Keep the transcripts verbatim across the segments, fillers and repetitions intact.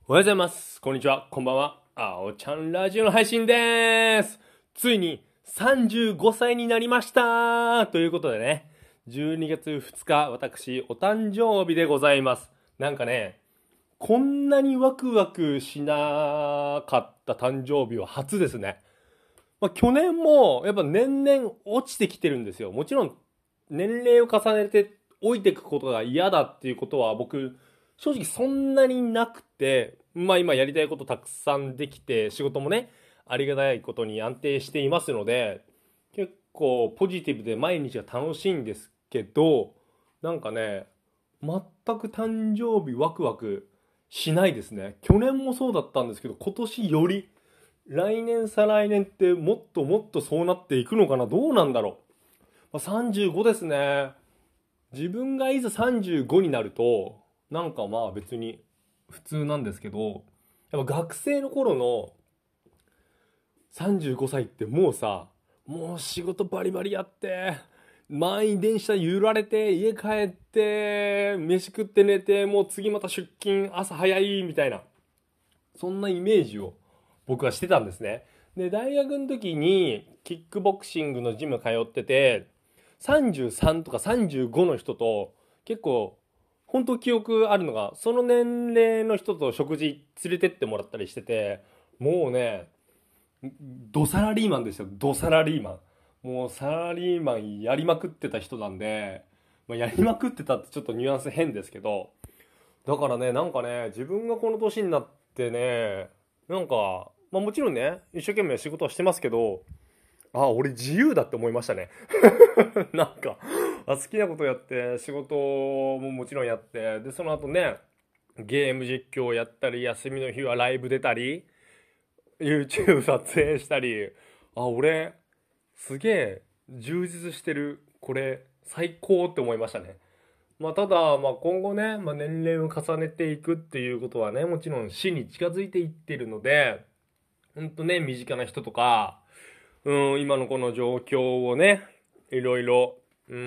おはようございます。こんにちは。こんばんは。あおちゃんラジオの配信でーす。ついにさんじゅうごさいになりましたということでね、じゅうにがつふつか、私、お誕生日でございます。なんかね、こんなにワクワクしなかった誕生日は初ですね。まあ、去年もやっぱ年々落ちてきてるんですよ。もちろん年齢を重ねて老いていくことが嫌だっていうことは僕正直そんなになくて、まあ今やりたいことたくさんできて仕事もね、ありがたいことに安定していますので、結構ポジティブで毎日が楽しいんですけど、なんかね、全く誕生日ワクワクしないですね。去年もそうだったんですけど、今年より来年再来年ってもっともっとそうなっていくのかな。どうなんだろう。まあ、さんじゅうごですね。自分がいざさんじゅうごになるとなんかまあ別に普通なんですけど、やっぱ学生の頃のさんじゅうごさいってもうさ、もう仕事バリバリやって満員電車揺られて家帰って飯食って寝て、もう次また出勤朝早いみたいな、そんなイメージを僕はしてたんですね。で、大学の時にキックボクシングのジム通ってて、さんじゅうさんとかさんじゅうごの人と結構本当記憶あるのが、その年齢の人と食事連れてってもらったりしてて、もうね、ドサラリーマンですよ。ドサラリーマン。もうサラリーマンやりまくってた人なんで、まあ、やりまくってたってちょっとニュアンス変ですけど、だからね、なんかね、自分がこの年になってね、なんか、まあもちろんね、一生懸命仕事はしてますけど、あ、俺自由だって思いましたね。なんか、あ、好きなことやって、仕事ももちろんやって、で、その後ね、ゲーム実況やったり、休みの日はライブ出たり、YouTube 撮影したり、あ、俺、すげえ充実してる。これ、最高って思いましたね。まあ、ただ、まあ、今後ね、まあ、年齢を重ねていくっていうことはね、もちろん死に近づいていってるので、ほんとね、身近な人とか、うん、今のこの状況をね、いろいろ、うん、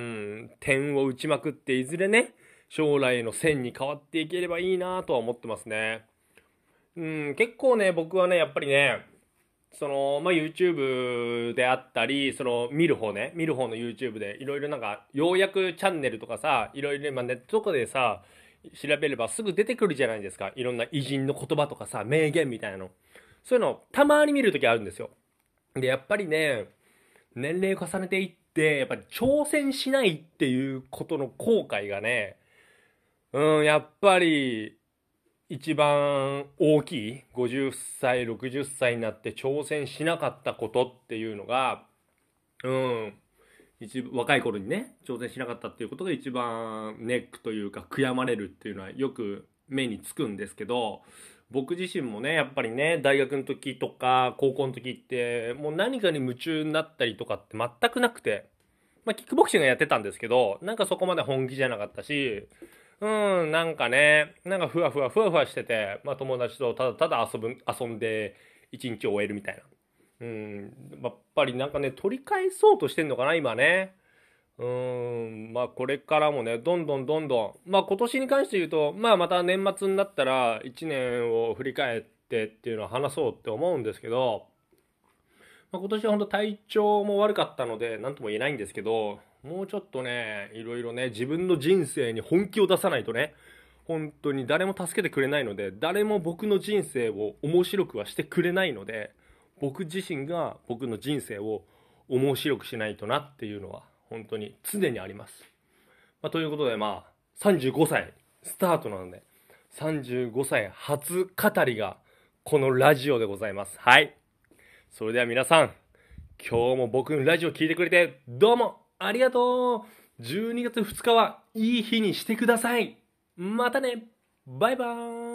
点を打ちまくって、いずれね、将来の線に変わっていければいいなとは思ってますね。うん、結構ね、僕はね、やっぱりね、その、まあ、YouTube であったり、その、見る方ね、見る方の YouTube で、いろいろなんか、要約チャンネルとかさ、いろいろ、まあ、ネットとかでさ、調べればすぐ出てくるじゃないですか。いろんな偉人の言葉とかさ、名言みたいなの。そういうの、たまに見るときあるんですよ。で、やっぱりね、年齢を重ねていって、やっぱり挑戦しないっていうことの後悔がね、うん、やっぱり、一番大きいごじゅっさい、ろくじゅっさいになって挑戦しなかったことっていうのが、うん、一若い頃にね、挑戦しなかったっていうことが一番ネックというか悔やまれるっていうのはよく目につくんですけど、僕自身もね、やっぱりね、大学の時とか高校の時ってもう何かに夢中になったりとかって全くなくて、まあキックボクシングやってたんですけど、なんかそこまで本気じゃなかったし、うん、なんかね、なんかふわふわふわふわしてて、まあ友達とただただ遊ぶ、遊んで一日を終えるみたいな。うん、やっぱりなんかね、取り返そうとしてんのかな、今ね。うん、まあこれからもね、どんどんどんどん、まあ今年に関して言うと、まあまた年末になったらいちねんを振り返ってっていうのは話そうって思うんですけど、まあ、今年は本当体調も悪かったので何とも言えないんですけど、もうちょっとね、いろいろね、自分の人生に本気を出さないとね、本当に誰も助けてくれないので、誰も僕の人生を面白くはしてくれないので、僕自身が僕の人生を面白くしないとなっていうのは本当に常にあります。まあ、ということでまあ、さんじゅうごさいスタートなので、さんじゅうごさい初語りがこのラジオでございます。はい。それでは皆さん、今日も僕のラジオ聞いてくれてどうもありがとう。じゅうにがつふつかはいい日にしてください。またね。バイバーイ。